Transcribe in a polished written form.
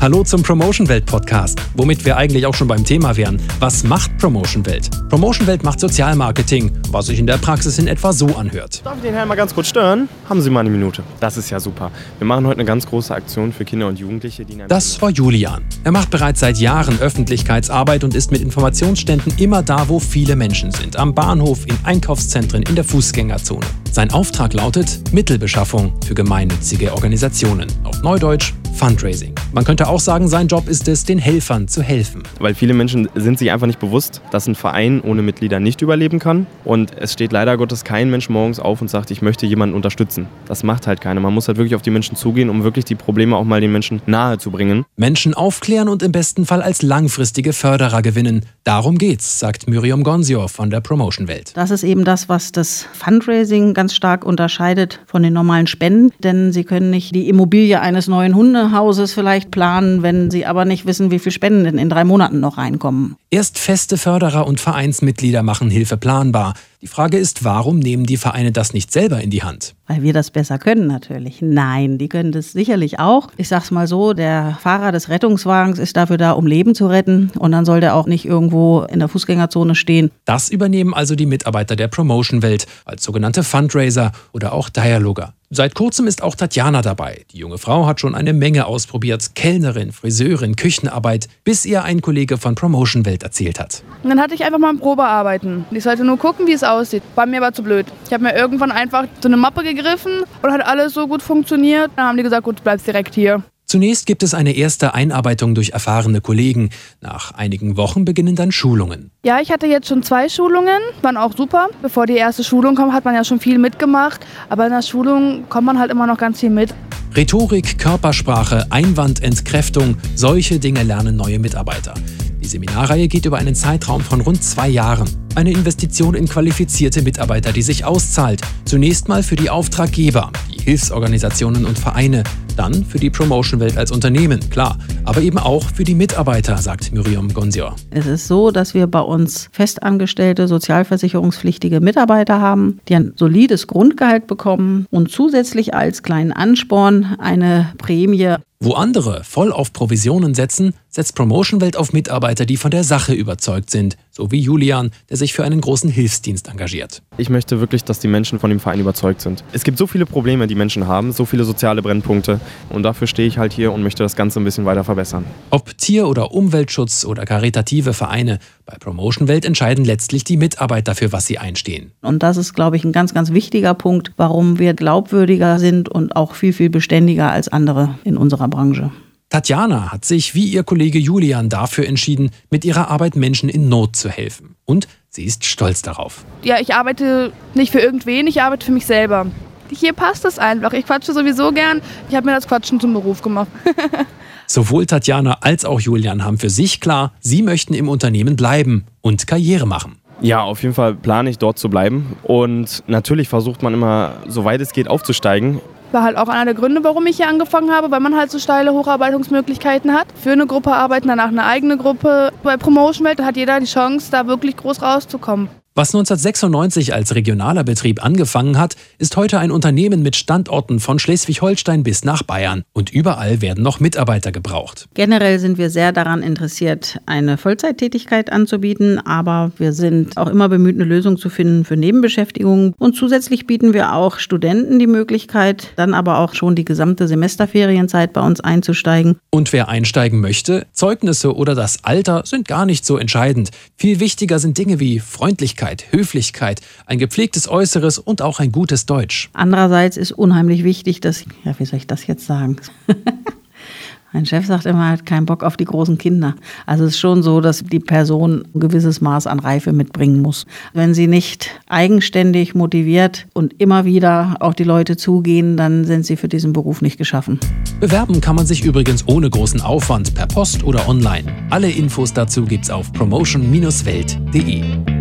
Hallo zum Promotion Welt Podcast, womit wir eigentlich auch schon beim Thema wären. Was macht Promotion Welt? Promotion Welt macht Sozialmarketing, was sich in der Praxis in etwa so anhört. Darf ich den Herrn mal ganz kurz stören? Haben Sie mal eine Minute. Das ist ja super. Wir machen heute eine ganz große Aktion für Kinder und Jugendliche, die... Das war Julian. Er macht bereits seit Jahren Öffentlichkeitsarbeit und ist mit Informationsständen immer da, wo viele Menschen sind. Am Bahnhof, in Einkaufszentren, in der Fußgängerzone. Sein Auftrag lautet Mittelbeschaffung für gemeinnützige Organisationen. Auf Neudeutsch Fundraising. Man könnte auch sagen, sein Job ist es, den Helfern zu helfen. Weil viele Menschen sind sich einfach nicht bewusst, dass ein Verein ohne Mitglieder nicht überleben kann. Und es steht leider Gottes kein Mensch morgens auf und sagt, ich möchte jemanden unterstützen. Das macht halt keiner. Man muss halt wirklich auf die Menschen zugehen, um wirklich die Probleme auch mal den Menschen nahe zu bringen. Menschen aufklären und im besten Fall als langfristige Förderer gewinnen. Darum geht's, sagt Myriam Gonsior von der Promotion Welt. Das ist eben das, was das Fundraising ganz stark unterscheidet von den normalen Spenden. Denn Sie können nicht die Immobilie eines neuen Hundehauses vielleicht planen, wenn Sie aber nicht wissen, wie viel Spenden denn in 3 Monaten noch reinkommen. Erst feste Förderer und Vereinsmitglieder machen Hilfe planbar. Die Frage ist, warum nehmen die Vereine das nicht selber in die Hand? Weil wir das besser können natürlich. Nein, die können das sicherlich auch. Ich sag's mal so, der Fahrer des Rettungswagens ist dafür da, um Leben zu retten. Und dann soll der auch nicht irgendwo in der Fußgängerzone stehen. Das übernehmen also die Mitarbeiter der Promotion Welt als sogenannte Fundraiser oder auch Dialoger. Seit kurzem ist auch Tatjana dabei. Die junge Frau hat schon eine Menge ausprobiert. Kellnerin, Friseurin, Küchenarbeit, bis ihr ein Kollege von Promotion Welt erzählt hat. Und dann hatte ich einfach mal ein Probearbeiten. Ich sollte nur gucken, wie es aussieht. Bei mir war zu blöd. Ich habe mir irgendwann einfach so eine Mappe gegriffen und hat alles so gut funktioniert. Dann haben die gesagt, gut, du bleibst direkt hier. Zunächst gibt es eine erste Einarbeitung durch erfahrene Kollegen. Nach einigen Wochen beginnen dann Schulungen. Ja, ich hatte jetzt schon 2 Schulungen, waren auch super. Bevor die erste Schulung kommt, hat man ja schon viel mitgemacht. Aber in der Schulung kommt man halt immer noch ganz viel mit. Rhetorik, Körpersprache, Einwandentkräftung, solche Dinge lernen neue Mitarbeiter. Die Seminarreihe geht über einen Zeitraum von rund 2 Jahren. Eine Investition in qualifizierte Mitarbeiter, die sich auszahlt. Zunächst mal für die Auftraggeber, die Hilfsorganisationen und Vereine. Dann für die Promotion Welt als Unternehmen, klar. Aber eben auch für die Mitarbeiter, sagt Myriam Gonsior. Es ist so, dass wir bei uns festangestellte, sozialversicherungspflichtige Mitarbeiter haben, die ein solides Grundgehalt bekommen und zusätzlich als kleinen Ansporn eine Prämie. Wo andere voll auf Provisionen setzen, setzt Promotion Welt auf Mitarbeiter, die von der Sache überzeugt sind. So wie Julian, der sich für einen großen Hilfsdienst engagiert. Ich möchte wirklich, dass die Menschen von dem Verein überzeugt sind. Es gibt so viele Probleme, die Menschen haben, so viele soziale Brennpunkte. Und dafür stehe ich halt hier und möchte das Ganze ein bisschen weiter verbessern. Ob Tier- oder Umweltschutz oder karitative Vereine, bei Promotion Welt entscheiden letztlich die Mitarbeiter, für was sie einstehen. Und das ist, glaube ich, ein ganz, ganz wichtiger Punkt, warum wir glaubwürdiger sind und auch viel, viel beständiger als andere in unserer Branche. Tatjana hat sich, wie ihr Kollege Julian, dafür entschieden, mit ihrer Arbeit Menschen in Not zu helfen. Und sie ist stolz darauf. Ja, ich arbeite nicht für irgendwen, ich arbeite für mich selber. Hier passt es einfach. Ich quatsche sowieso gern. Ich habe mir das Quatschen zum Beruf gemacht. Sowohl Tatjana als auch Julian haben für sich klar, sie möchten im Unternehmen bleiben und Karriere machen. Ja, auf jeden Fall plane ich dort zu bleiben. Und natürlich versucht man immer, soweit es geht, aufzusteigen. War halt auch einer der Gründe, warum ich hier angefangen habe, weil man halt so steile Hocharbeitungsmöglichkeiten hat. Für eine Gruppe arbeiten, danach eine eigene Gruppe. Bei Promotion Welt hat jeder die Chance, da wirklich groß rauszukommen. Was 1996 als regionaler Betrieb angefangen hat, ist heute ein Unternehmen mit Standorten von Schleswig-Holstein bis nach Bayern. Und überall werden noch Mitarbeiter gebraucht. Generell sind wir sehr daran interessiert, eine Vollzeittätigkeit anzubieten. Aber wir sind auch immer bemüht, eine Lösung zu finden für Nebenbeschäftigung. Und zusätzlich bieten wir auch Studenten die Möglichkeit, dann aber auch schon die gesamte Semesterferienzeit bei uns einzusteigen. Und wer einsteigen möchte, Zeugnisse oder das Alter sind gar nicht so entscheidend. Viel wichtiger sind Dinge wie Freundlichkeit, Höflichkeit, ein gepflegtes Äußeres und auch ein gutes Deutsch. Andererseits ist unheimlich wichtig, dass, wie soll ich das jetzt sagen? Mein Chef sagt immer, er hat keinen Bock auf die großen Kinder. Also es ist schon so, dass die Person ein gewisses Maß an Reife mitbringen muss. Wenn sie nicht eigenständig, motiviert und immer wieder auf die Leute zugehen, dann sind sie für diesen Beruf nicht geschaffen. Bewerben kann man sich übrigens ohne großen Aufwand per Post oder online. Alle Infos dazu gibt's auf promotion-welt.de.